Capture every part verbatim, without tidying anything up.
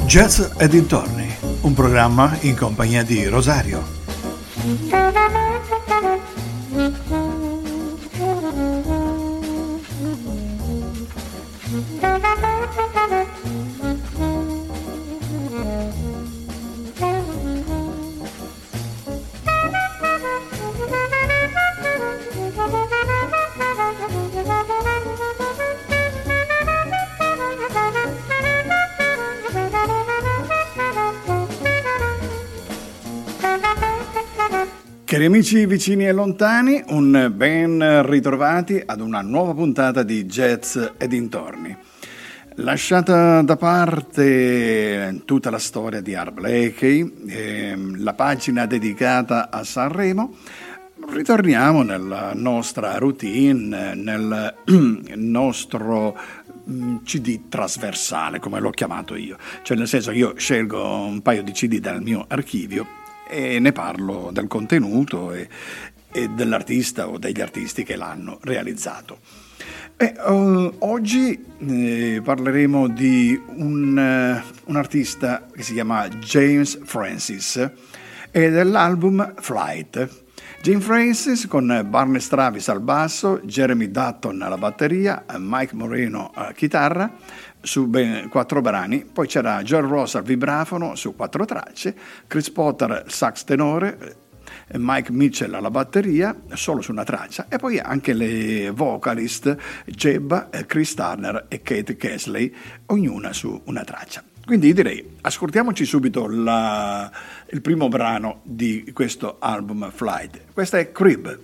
Jazz e dintorni, un programma in compagnia di Rosario. Cari amici vicini e lontani, un ben ritrovati ad una nuova puntata di Jazz e dintorni. Lasciata da parte tutta la storia di Art Blakey, eh, la pagina dedicata a Sanremo, ritorniamo nella nostra routine, nel nostro C D trasversale, come l'ho chiamato io. Cioè nel senso che io scelgo un paio di C D dal mio archivio e ne parlo del contenuto e, e dell'artista o degli artisti che l'hanno realizzato. E, uh, oggi eh, parleremo di un, uh, un artista che si chiama James Francis e dell'album Flight. James Francis con Barney Stravis al basso, Jeremy Dutton alla batteria, Mike Moreno alla chitarra su ben quattro brani, poi c'era Joel Ross al vibrafono su quattro tracce, Chris Potter sax tenore, Mike Mitchell alla batteria solo su una traccia e poi anche le vocalist Jebba, Chris Turner e Kate Kesley, ognuna su una traccia. Quindi direi, ascoltiamoci subito la, il primo brano di questo album Flight. Questa è Crib.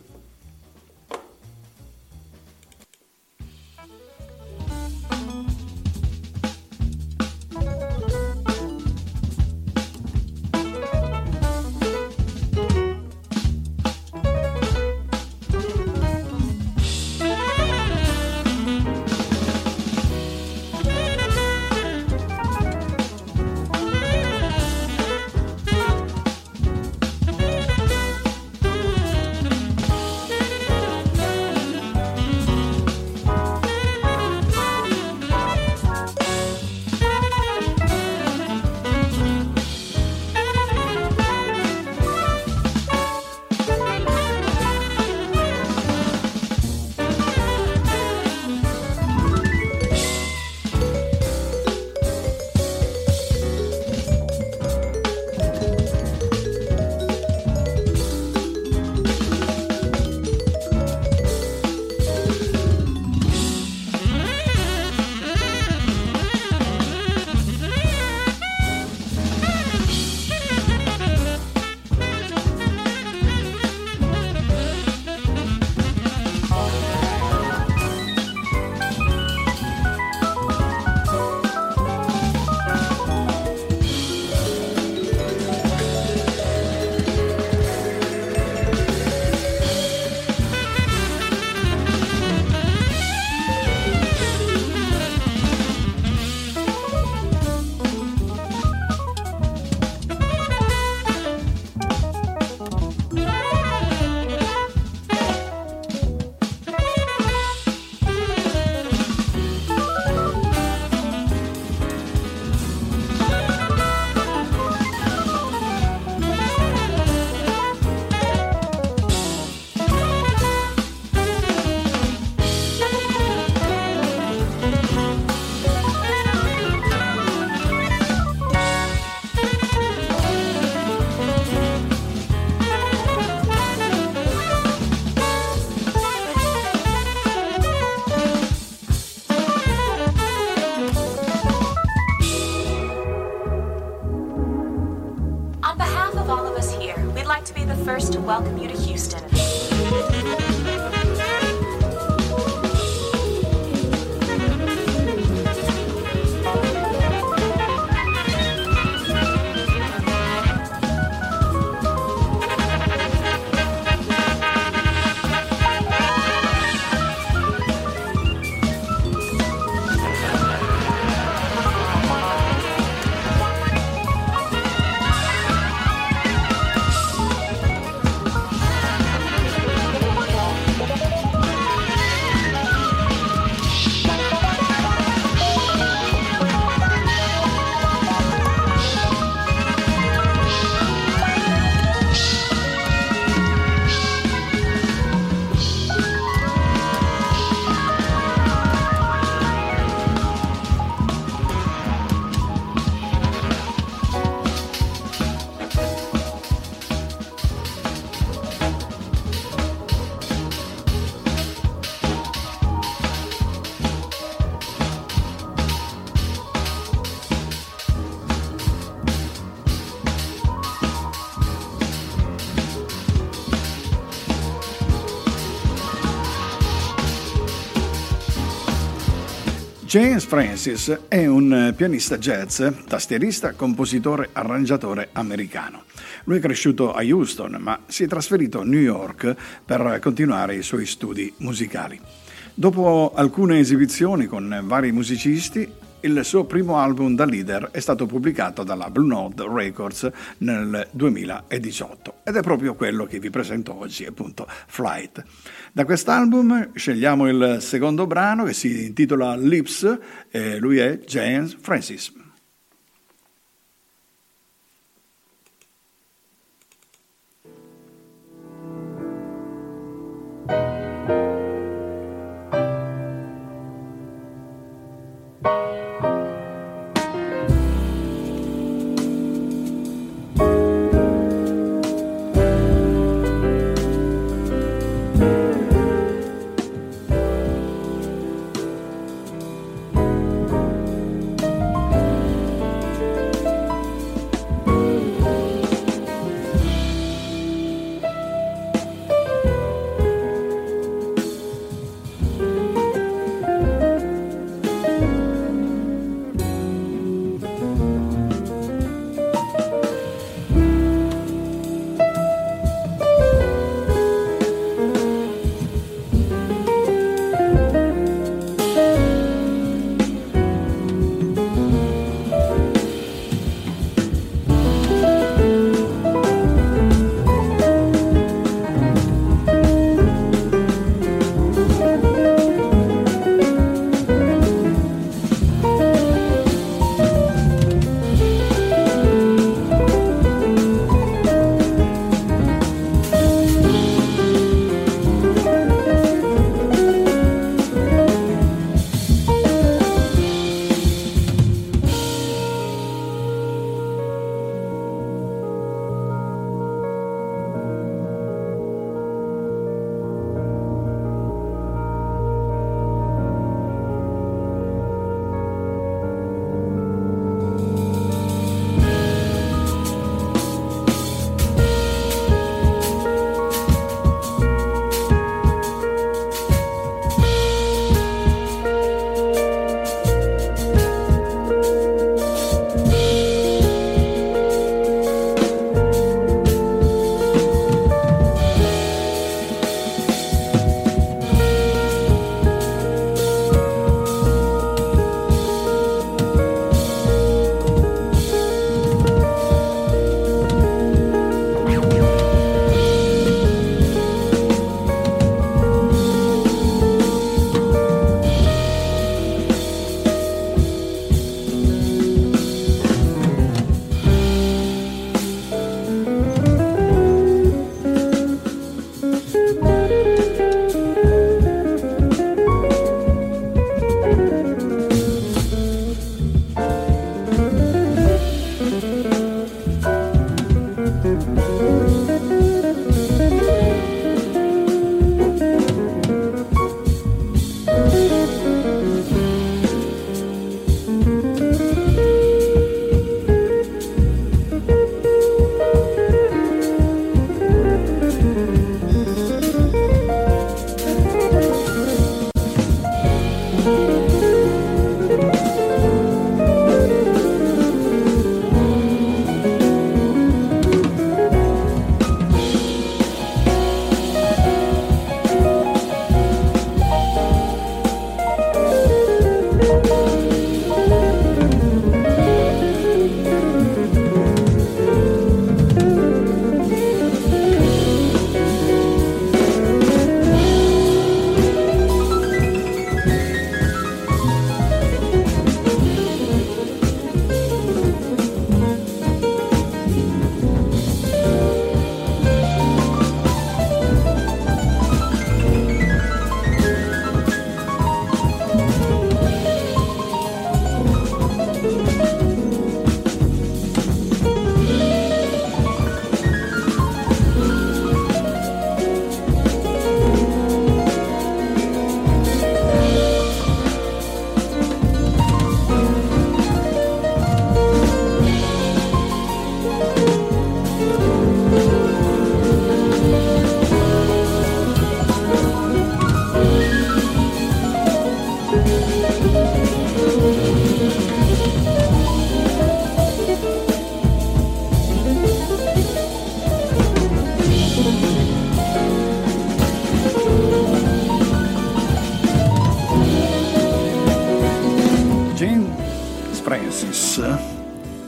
Welcome you to Houston. James Francis è un pianista jazz, tastierista, compositore, arrangiatore americano. Lui è cresciuto a Houston, ma si è trasferito a New York per continuare i suoi studi musicali. Dopo alcune esibizioni con vari musicisti, il suo primo album da leader è stato pubblicato dalla Blue Note Records nel duemiladiciotto ed è proprio quello che vi presento oggi, appunto Flight. Da quest'album scegliamo il secondo brano che si intitola Lips e lui è James Francis.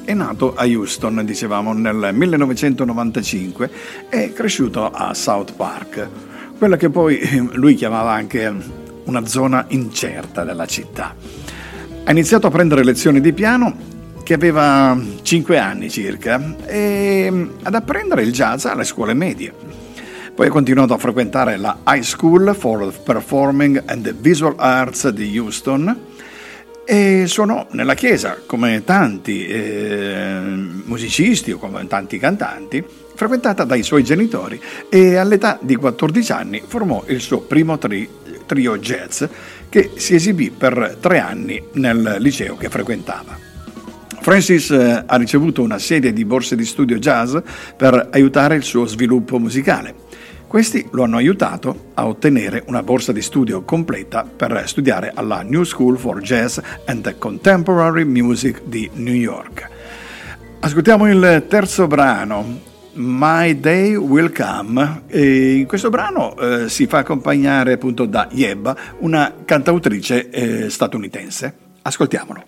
è nato a Houston, dicevamo, nel millenovecentonovantacinque e è cresciuto a South Park, quella che poi lui chiamava anche una zona incerta della città. Ha iniziato a prendere lezioni di piano che aveva cinque anni circa e ad apprendere il jazz alle scuole medie. Poi ha continuato a frequentare la High School for Performing and Visual Arts di Houston e suonò nella chiesa come tanti eh, musicisti o come tanti cantanti, frequentata dai suoi genitori, e all'età di quattordici anni formò il suo primo tri- trio jazz che si esibì per tre anni nel liceo che frequentava. Francis ha ricevuto una serie di borse di studio jazz per aiutare il suo sviluppo musicale. Questi lo hanno aiutato a ottenere una borsa di studio completa per studiare alla New School for Jazz and Contemporary Music di New York. Ascoltiamo il terzo brano, My Day Will Come, e in questo brano eh, si fa accompagnare appunto da Yebba, una cantautrice eh, statunitense. Ascoltiamolo.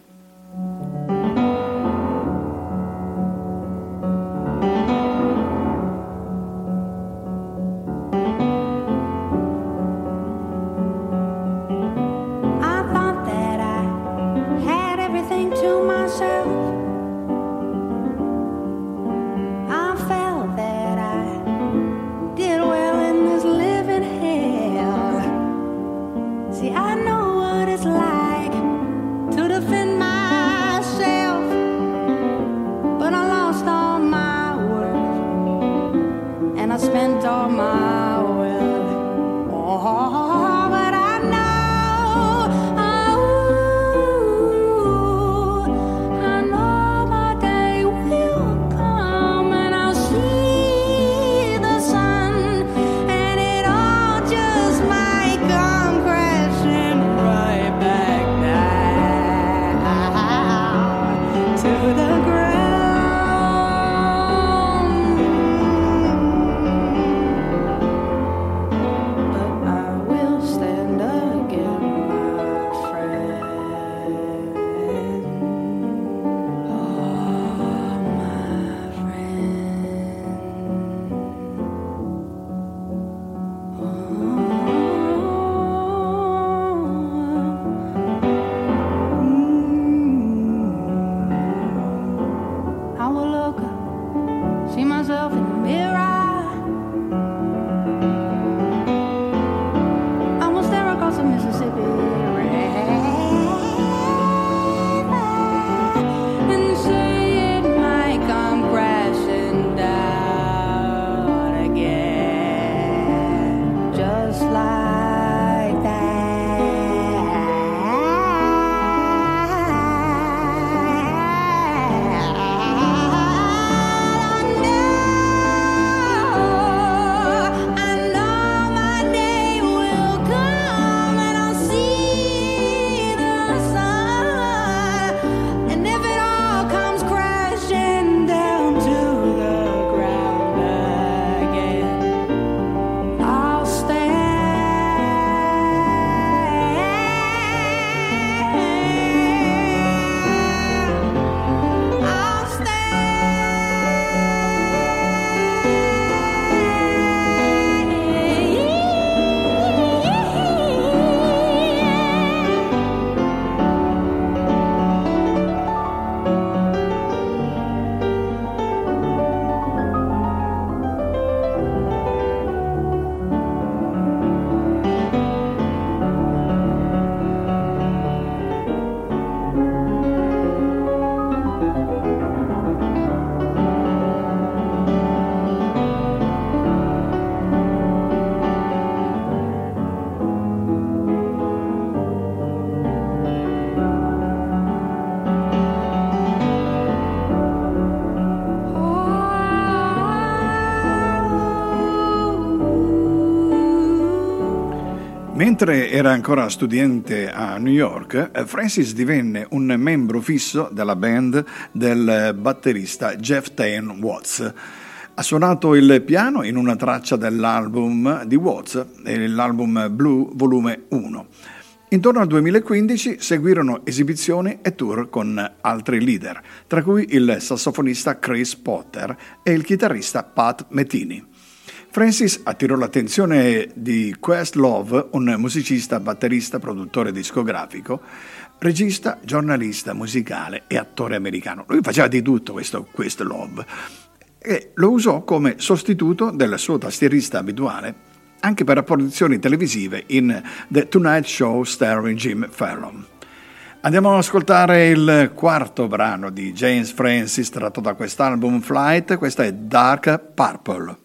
Mentre era ancora studente a New York, Francis divenne un membro fisso della band del batterista Jeff Tain Watts. Ha suonato il piano in una traccia dell'album di Watts, l'album Blue volume uno. Intorno al duemilaquindici seguirono esibizioni e tour con altri leader, tra cui il sassofonista Chris Potter e il chitarrista Pat Metheny. Francis attirò l'attenzione di Questlove, un musicista, batterista, produttore discografico, regista, giornalista musicale e attore americano. Lui faceva di tutto questo Questlove e lo usò come sostituto del suo tastierista abituale anche per apparizioni televisive in The Tonight Show starring Jim Fallon. Andiamo ad ascoltare il quarto brano di James Francis tratto da quest'album Flight, questa è Dark Purple.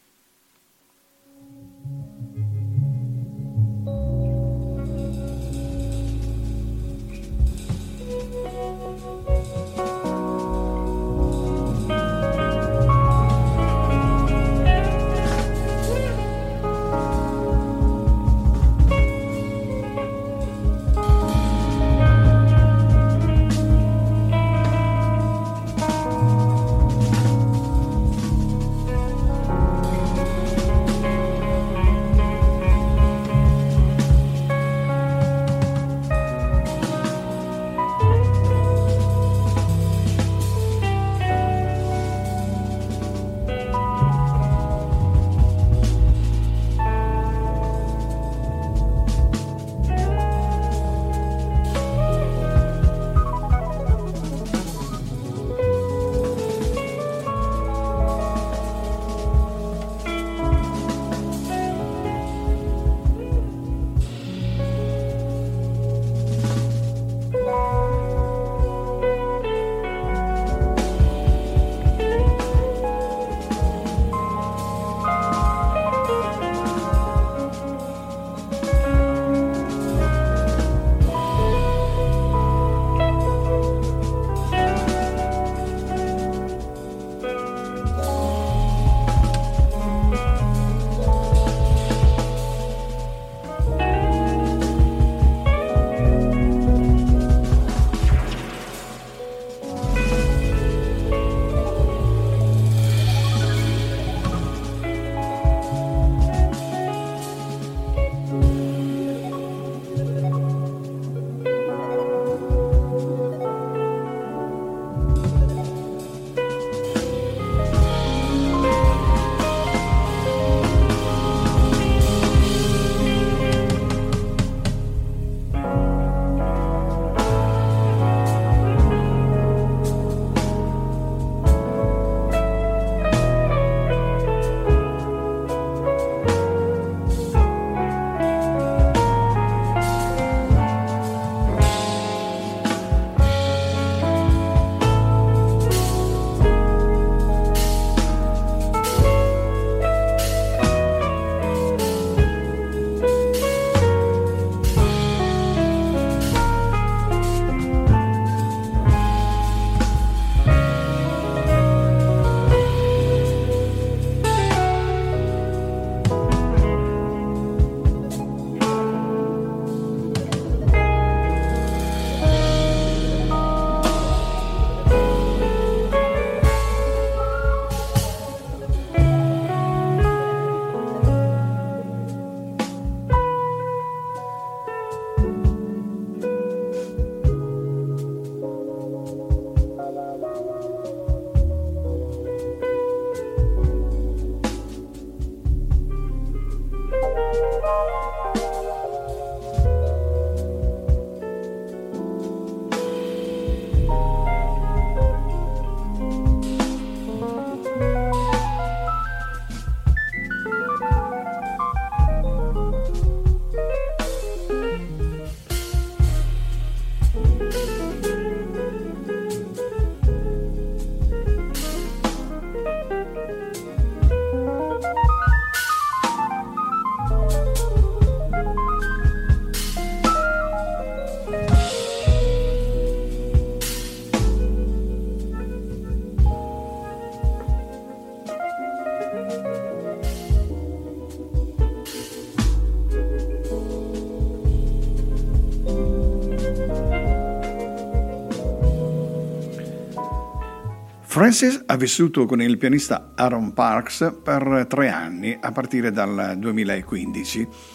Francis ha vissuto con il pianista Aaron Parks per tre anni a partire dal duemilaquindici.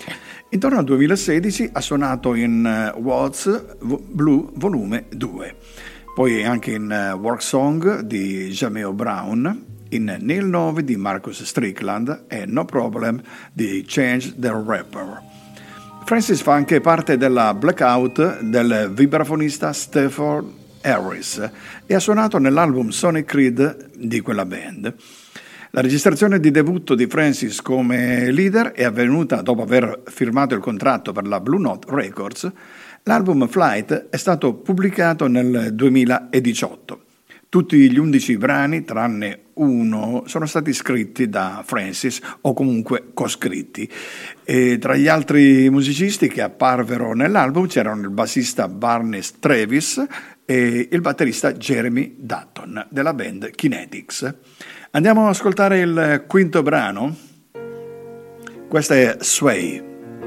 Intorno al duemilasedici ha suonato in What's Blue volume due, poi anche in Work Song di Jameo Brown, in Neil nove di Marcus Strickland e No Problem di Change the Rapper. Francis fa anche parte della Blackout del vibrafonista Stafford Harris e ha suonato nell'album Sonic Creed di quella band. La registrazione di debutto di Francis come leader è avvenuta dopo aver firmato il contratto per la Blue Note Records. L'album Flight è stato pubblicato nel duemiladiciotto. Tutti gli undici brani, tranne uno, sono stati scritti da Francis o comunque coscritti. E tra gli altri musicisti che apparvero nell'album c'erano il bassista Barney Travis e il batterista Jeremy Dutton della band Kinetics. Andiamo ad ascoltare il quinto brano. Questa è Sway.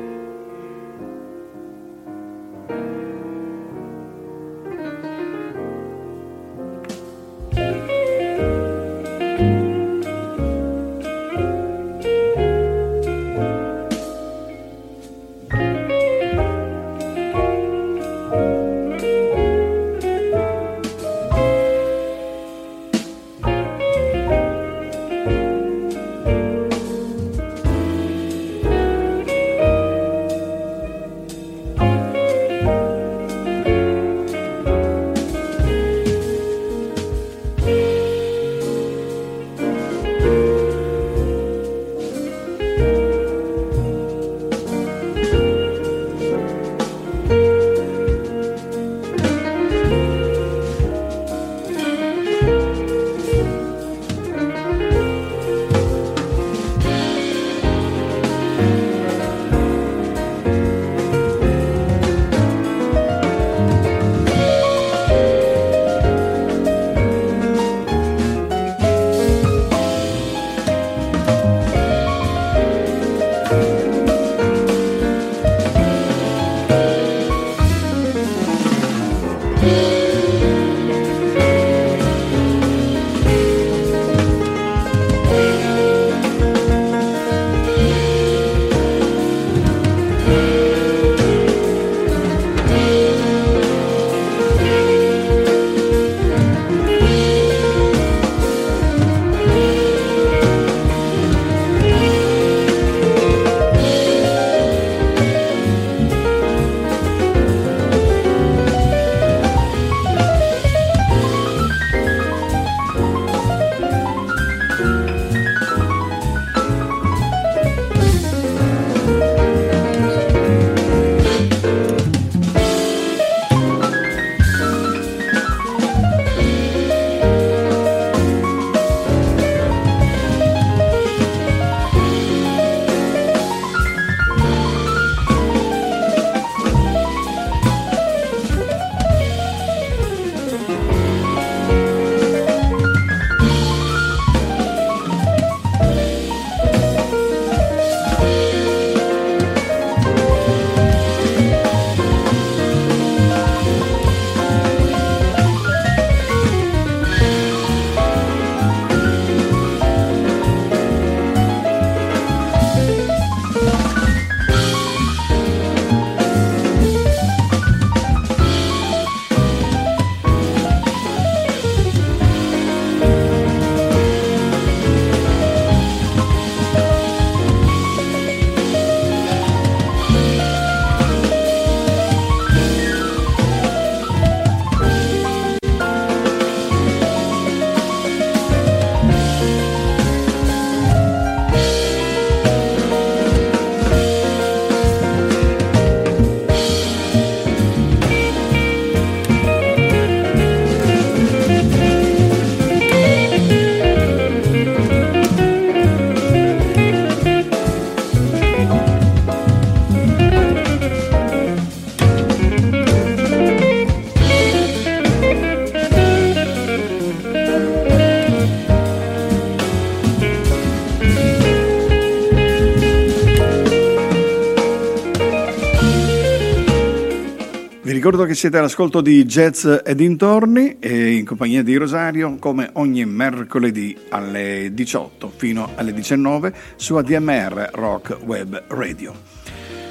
ricordo che siete all'ascolto di Jazz e dintorni e in compagnia di Rosario come ogni mercoledì alle diciotto fino alle diciannove su A D M R Rock Web Radio.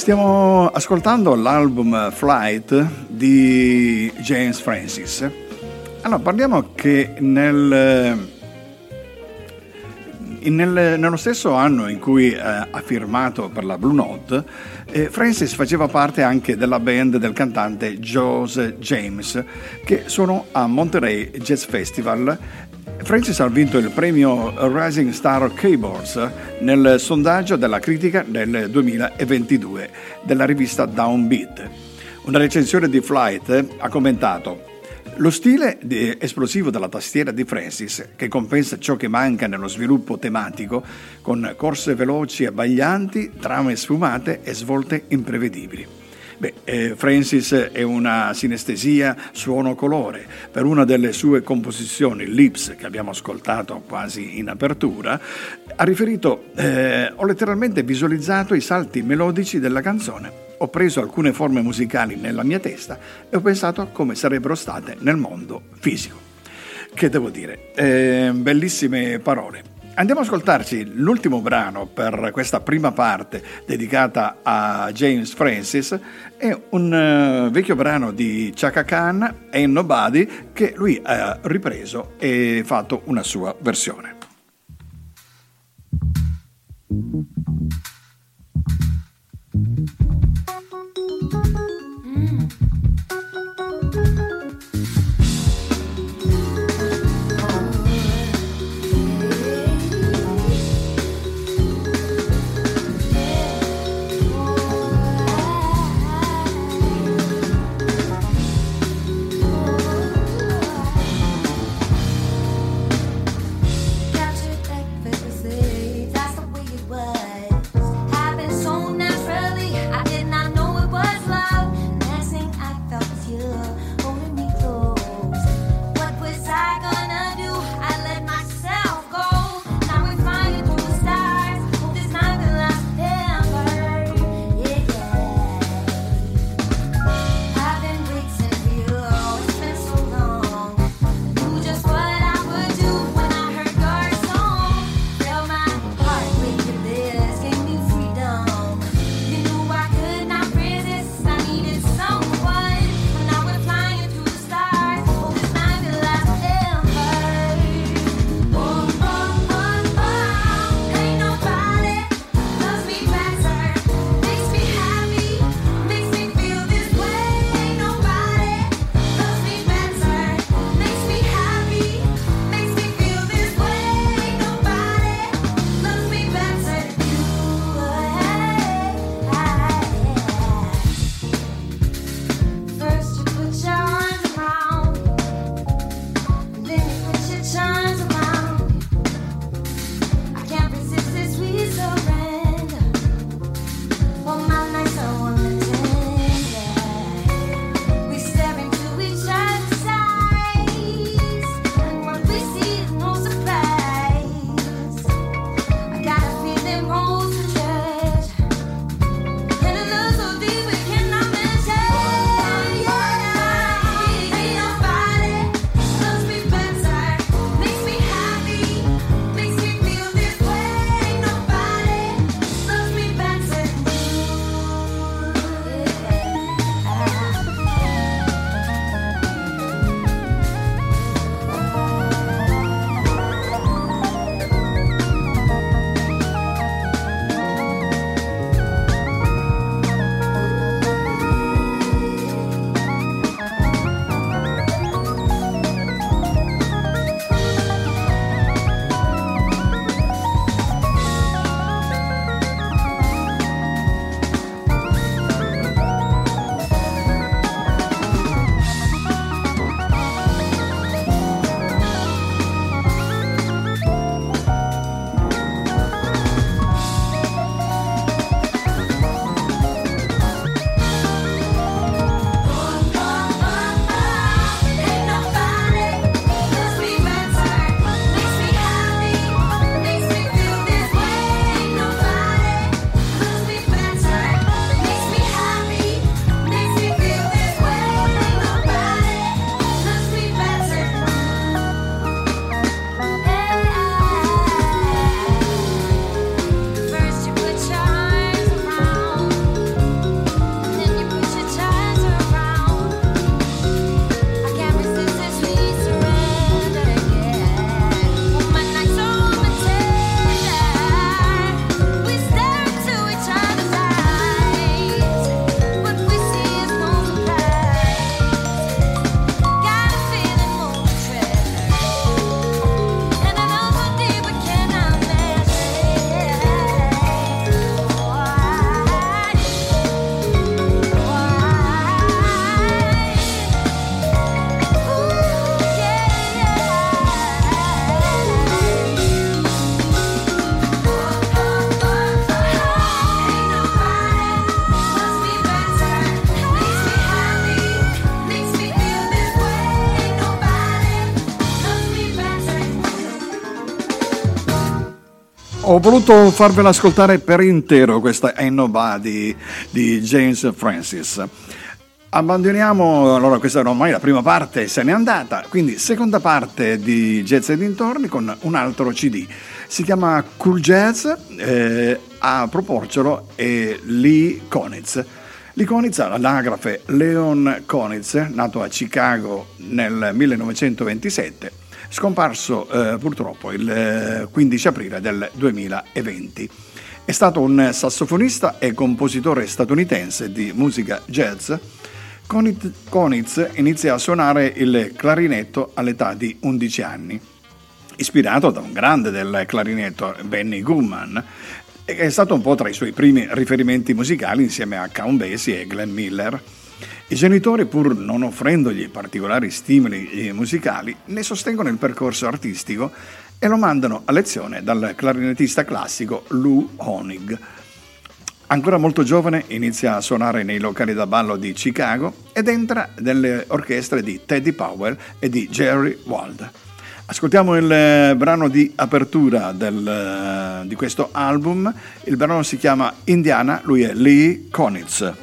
Stiamo ascoltando l'album Flight di James Francis. Allora, parliamo che nel, nel, nello stesso anno in cui eh, ha firmato per la Blue Note, eh, Francis faceva parte anche della band del cantante Jose James, che suonò a Monterey Jazz Festival. Francis ha vinto il premio Rising Star Keyboards nel sondaggio della critica del duemilaventidue della rivista Downbeat. Una recensione di Flight ha commentato: lo stile esplosivo della tastiera di Francis, che compensa ciò che manca nello sviluppo tematico, con corse veloci e abbaglianti, trame sfumate e svolte imprevedibili. Beh, eh, Francis è una sinestesia suono-colore. Per una delle sue composizioni, Lips, che abbiamo ascoltato quasi in apertura, ha riferito: eh, ho letteralmente visualizzato i salti melodici della canzone. Ho preso alcune forme musicali nella mia testa e ho pensato come sarebbero state nel mondo fisico. Che devo dire? Eh, bellissime parole. Andiamo ad ascoltarci l'ultimo brano per questa prima parte dedicata a James Francis. È un uh, vecchio brano di Chaka Khan, Ain't Nobody, che lui ha ripreso e fatto una sua versione. Got your back, baby, say that's the way it was. Ho voluto farvela ascoltare per intero questa Ain't Nobody di James Francis. Abbandoniamo, allora questa era ormai la prima parte, se n'è andata, quindi seconda parte di Jazz e dintorni con un altro C D. Si chiama Cool Jazz, eh, a proporcelo è Lee Konitz. Lee Konitz ha l'anagrafe Leon Konitz, nato a Chicago nel millenovecentoventisette, scomparso eh, purtroppo il eh, quindici aprile del duemilaventi. È stato un sassofonista e compositore statunitense di musica jazz. Konitz inizia a suonare il clarinetto all'età di undici anni, ispirato da un grande del clarinetto, Benny Goodman, che è stato un po' tra i suoi primi riferimenti musicali insieme a Count Basie e Glenn Miller. I genitori, pur non offrendogli particolari stimoli musicali, ne sostengono il percorso artistico e lo mandano a lezione dal clarinettista classico Lou Honig. Ancora molto giovane inizia a suonare nei locali da ballo di Chicago ed entra nelle orchestre di Teddy Powell e di Jerry Wald. Ascoltiamo il brano di apertura del, di questo album. Il brano si chiama Indiana, lui è Lee Konitz.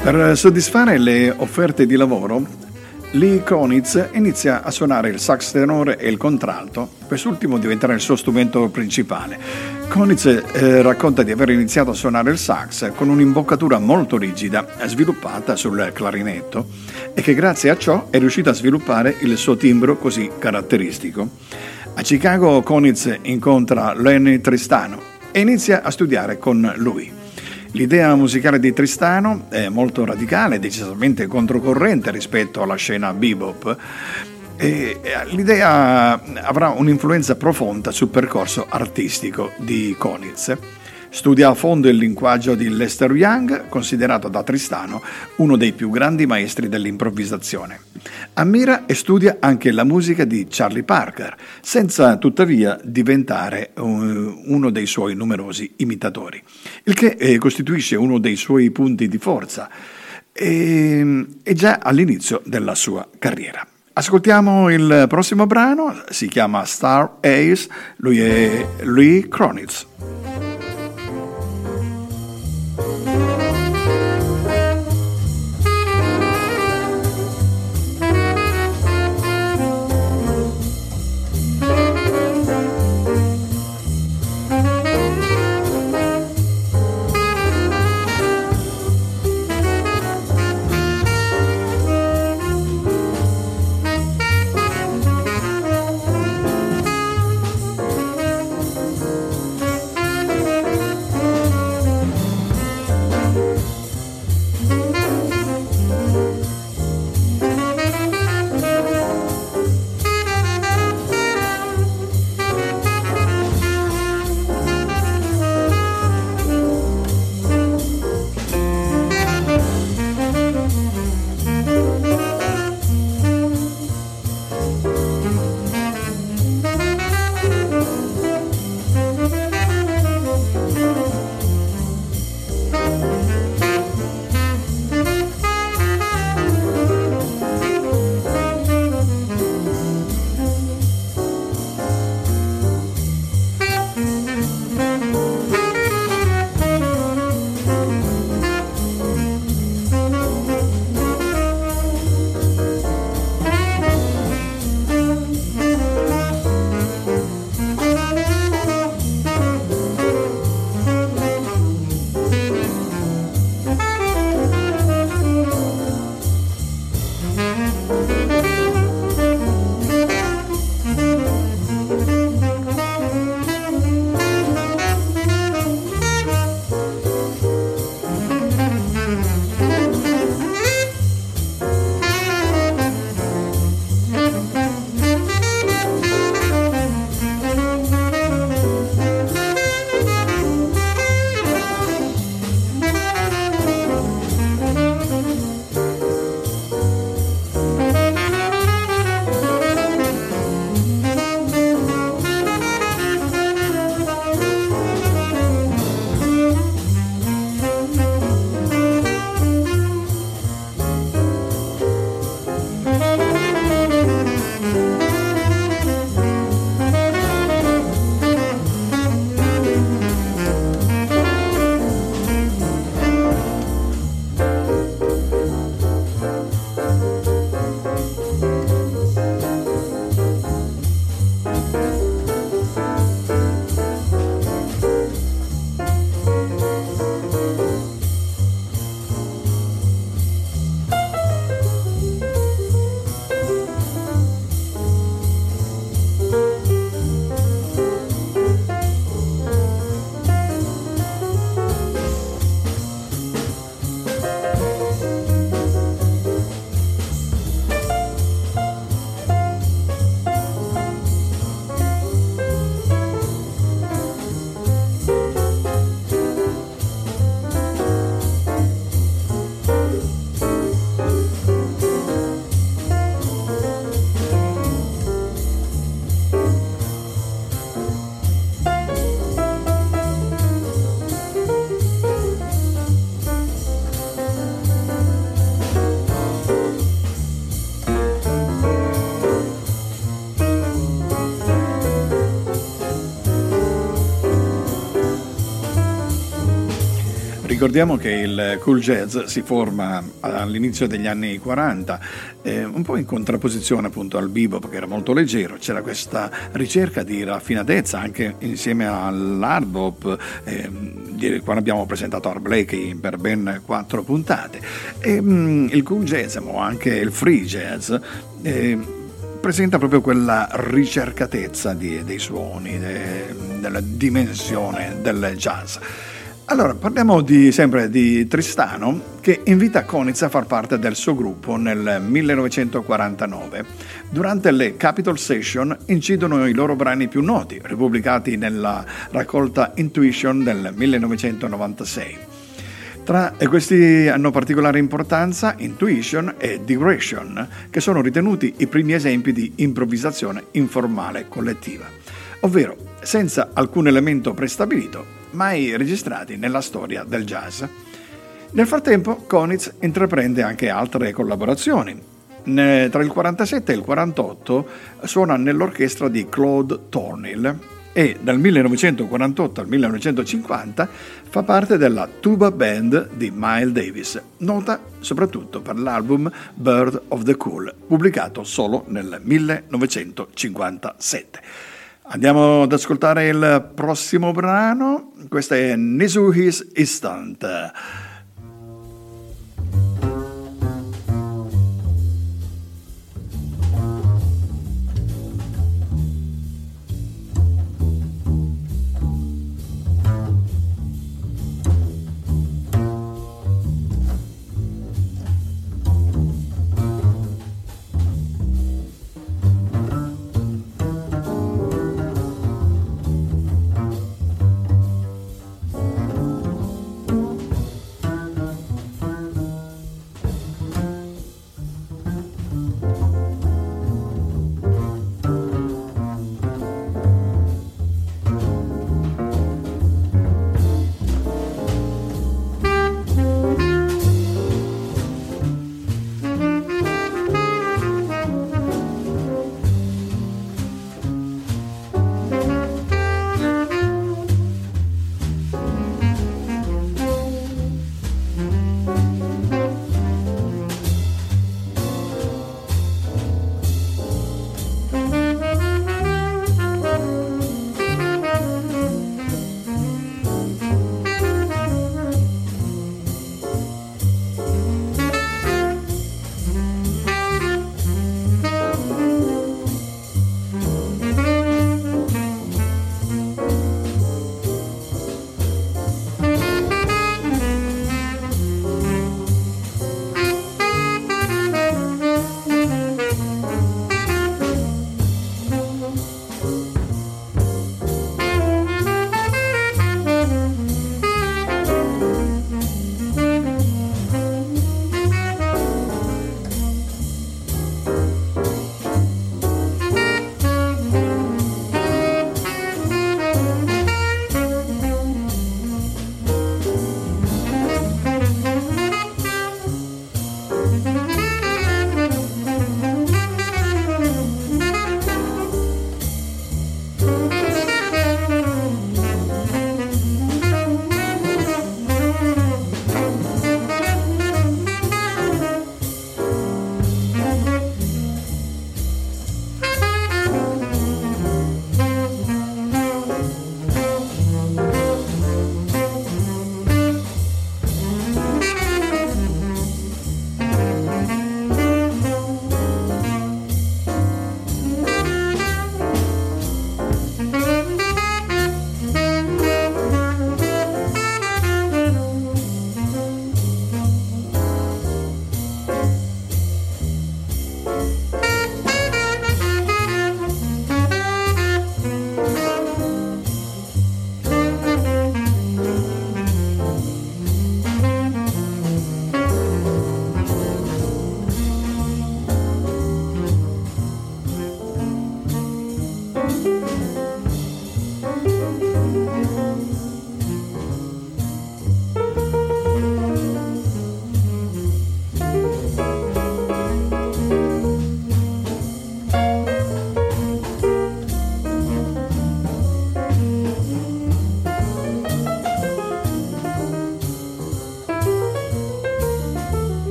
Per soddisfare le offerte di lavoro, Lee Konitz inizia a suonare il sax tenore e il contralto, quest'ultimo diventerà il suo strumento principale. Konitz eh, racconta di aver iniziato a suonare il sax con un'imboccatura molto rigida, sviluppata sul clarinetto, e che grazie a ciò è riuscito a sviluppare il suo timbro così caratteristico. A Chicago Konitz incontra Lenny Tristano e inizia a studiare con lui. L'idea musicale di Tristano è molto radicale, decisamente controcorrente rispetto alla scena bebop, e l'idea avrà un'influenza profonda sul percorso artistico di Konitz. Studia a fondo il linguaggio di Lester Young, considerato da Tristano uno dei più grandi maestri dell'improvvisazione. Ammira e studia anche la musica di Charlie Parker, senza tuttavia diventare uno dei suoi numerosi imitatori, il che costituisce uno dei suoi punti di forza e, e già all'inizio della sua carriera. Ascoltiamo il prossimo brano, si chiama Star Ace, lui è Lee Konitz. Ricordiamo che il cool jazz si forma all'inizio degli anni quaranta, eh, un po' in contrapposizione appunto al bebop, che era molto leggero. C'era questa ricerca di raffinatezza anche insieme all'hard bop, eh, quando abbiamo presentato Art Blakey per ben quattro puntate. E, mh, il cool jazz o anche il free jazz eh, presenta proprio quella ricercatezza di, dei suoni, de, della dimensione del jazz. Allora, parliamo di, sempre di Tristano, che invita Konitz a far parte del suo gruppo nel millenovecentoquarantanove. Durante le Capitol Session incidono i loro brani più noti, ripubblicati nella raccolta Intuition del millenovecentonovantasei. Tra questi hanno particolare importanza Intuition e Digression, che sono ritenuti i primi esempi di improvvisazione informale collettiva, ovvero senza alcun elemento prestabilito, mai registrati nella storia del jazz. Nel frattempo, Konitz intraprende anche altre collaborazioni. Tra il quarantasette e il quarantotto suona nell'orchestra di Claude Thornhill e dal millenovecentoquarantotto al millenovecentocinquanta fa parte della tuba band di Miles Davis, nota soprattutto per l'album Bird of the Cool, pubblicato solo nel millenovecentocinquantasette. Andiamo ad ascoltare il prossimo brano, questo è Nesuhis Instant.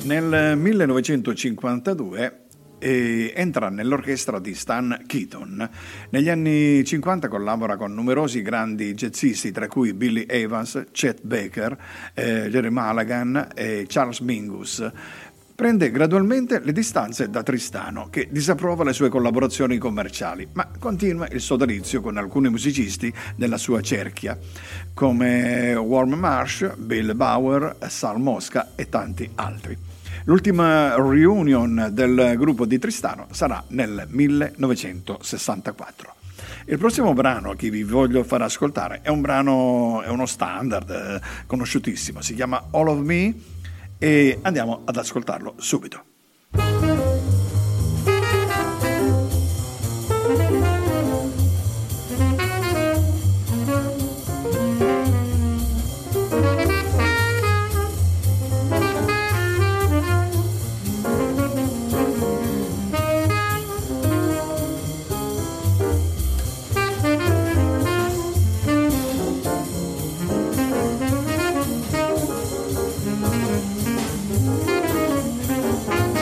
Nel millenovecentocinquantadue e entra nell'orchestra di Stan Keaton. Negli anni cinquanta collabora con numerosi grandi jazzisti, tra cui Billy Evans, Chet Baker, eh, Jerry Mulligan e Charles Mingus. Prende gradualmente le distanze da Tristano, che disapprova le sue collaborazioni commerciali, ma continua il sodalizio con alcuni musicisti della sua cerchia, come Warm Marsh, Bill Bauer, Sal Mosca e tanti altri. L'ultima reunion del gruppo di Tristano sarà nel millenovecentosessantaquattro. Il prossimo brano che vi voglio far ascoltare è un brano, è uno standard eh, conosciutissimo, si chiama All of Me e andiamo ad ascoltarlo subito. Thank you.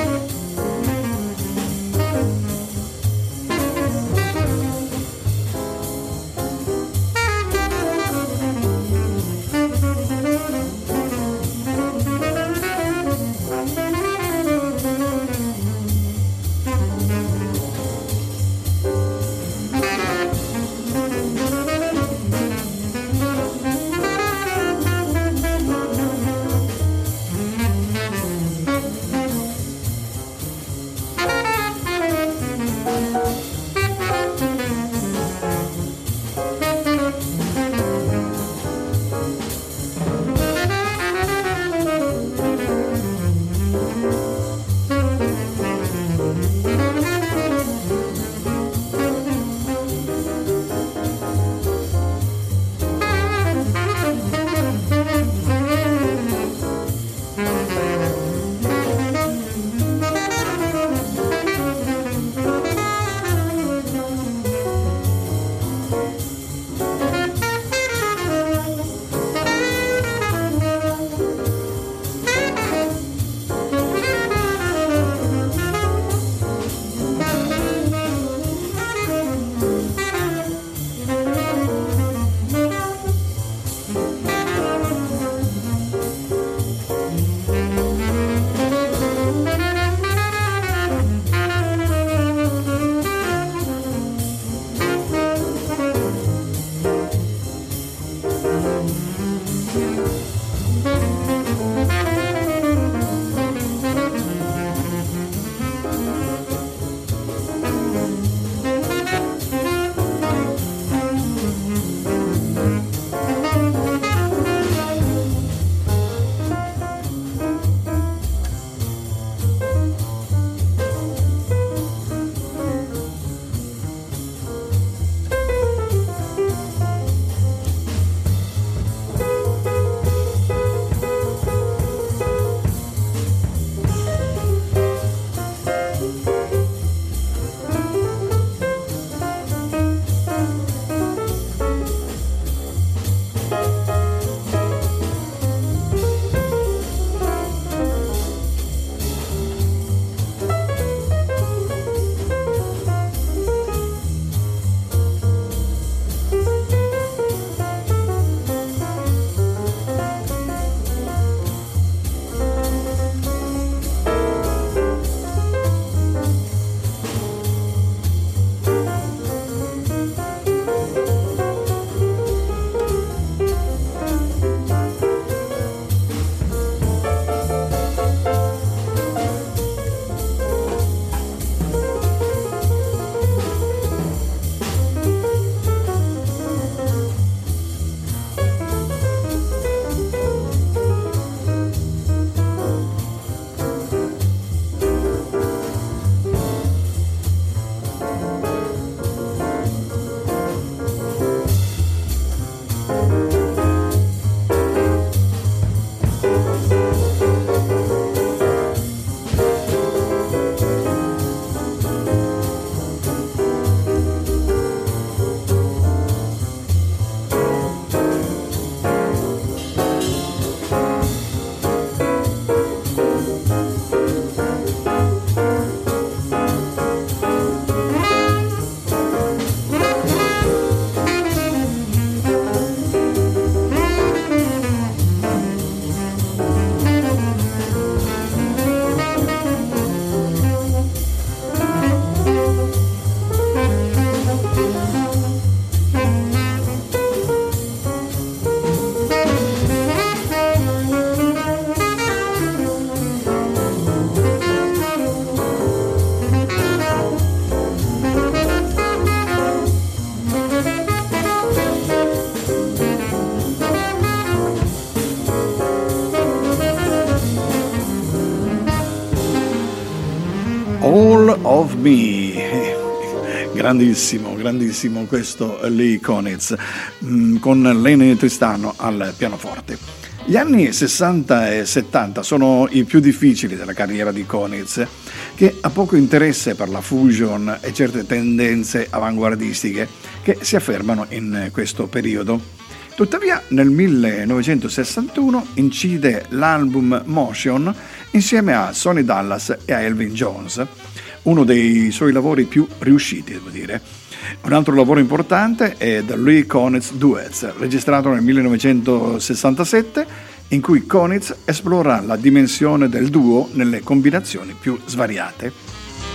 All of Me. Grandissimo, grandissimo questo Lee Konitz, mh, con Lenny Tristano al pianoforte. Gli anni sessanta e settanta sono i più difficili della carriera di Konitz, che ha poco interesse per la fusion e certe tendenze avanguardistiche che si affermano in questo periodo. Tuttavia nel millenovecentosessantuno incide l'album Motion insieme a Sonny Dallas e a Elvin Jones, uno dei suoi lavori più riusciti, devo dire. Un altro lavoro importante è The Lee Konitz Duets, registrato nel millenovecentosessantasette, in cui Konitz esplora la dimensione del duo nelle combinazioni più svariate.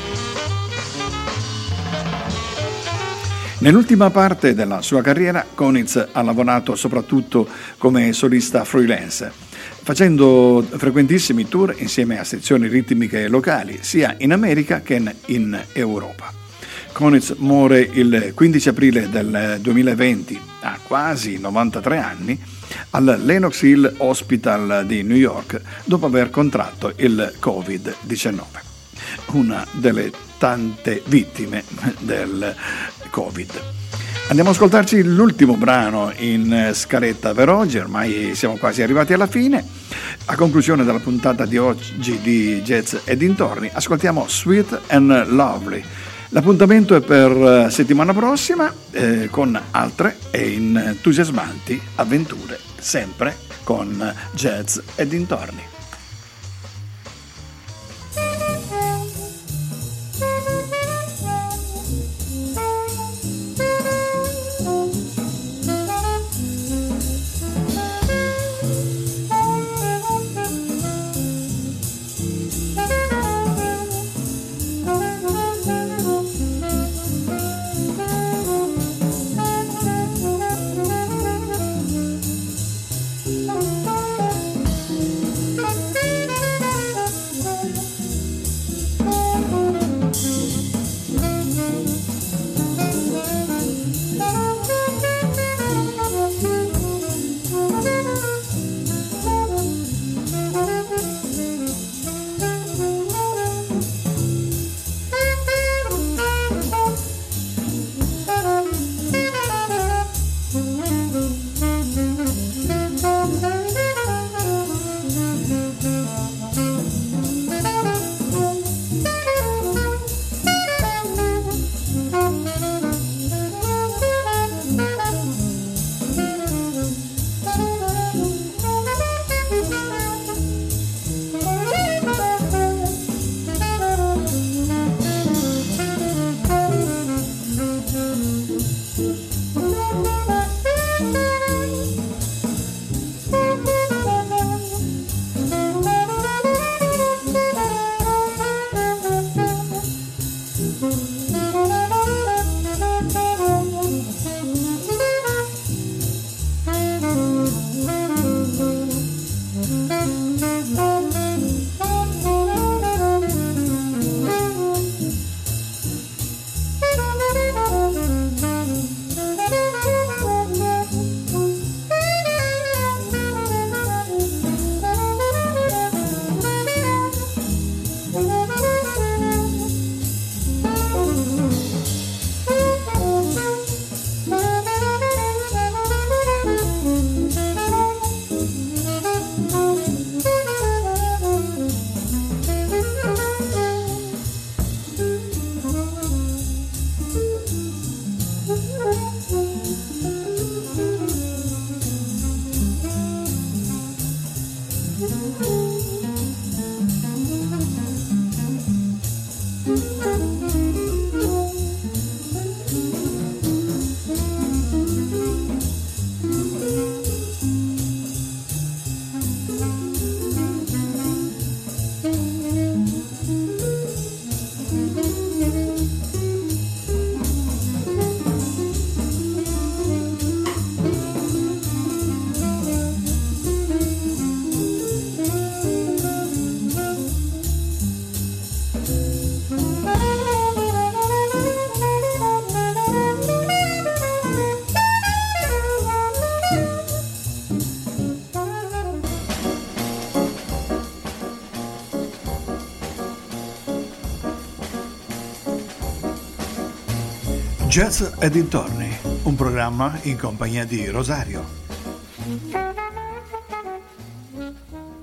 Nell'ultima parte della sua carriera, Konitz ha lavorato soprattutto come solista freelance, facendo frequentissimi tour insieme a sezioni ritmiche locali, sia in America che in Europa. Konitz muore il quindici aprile del duemilaventi, a quasi novantatré anni, al Lenox Hill Hospital di New York, dopo aver contratto il covid diciannove. Una delle tante vittime del Covid. Andiamo ad ascoltarci l'ultimo brano in scaletta per oggi, ormai siamo quasi arrivati alla fine. A conclusione della puntata di oggi di Jazz e dintorni, ascoltiamo Sweet and Lovely. L'appuntamento è per settimana prossima eh, con altre e entusiasmanti avventure, sempre con Jazz e dintorni. Jazz e dintorni, un programma in compagnia di Rosario.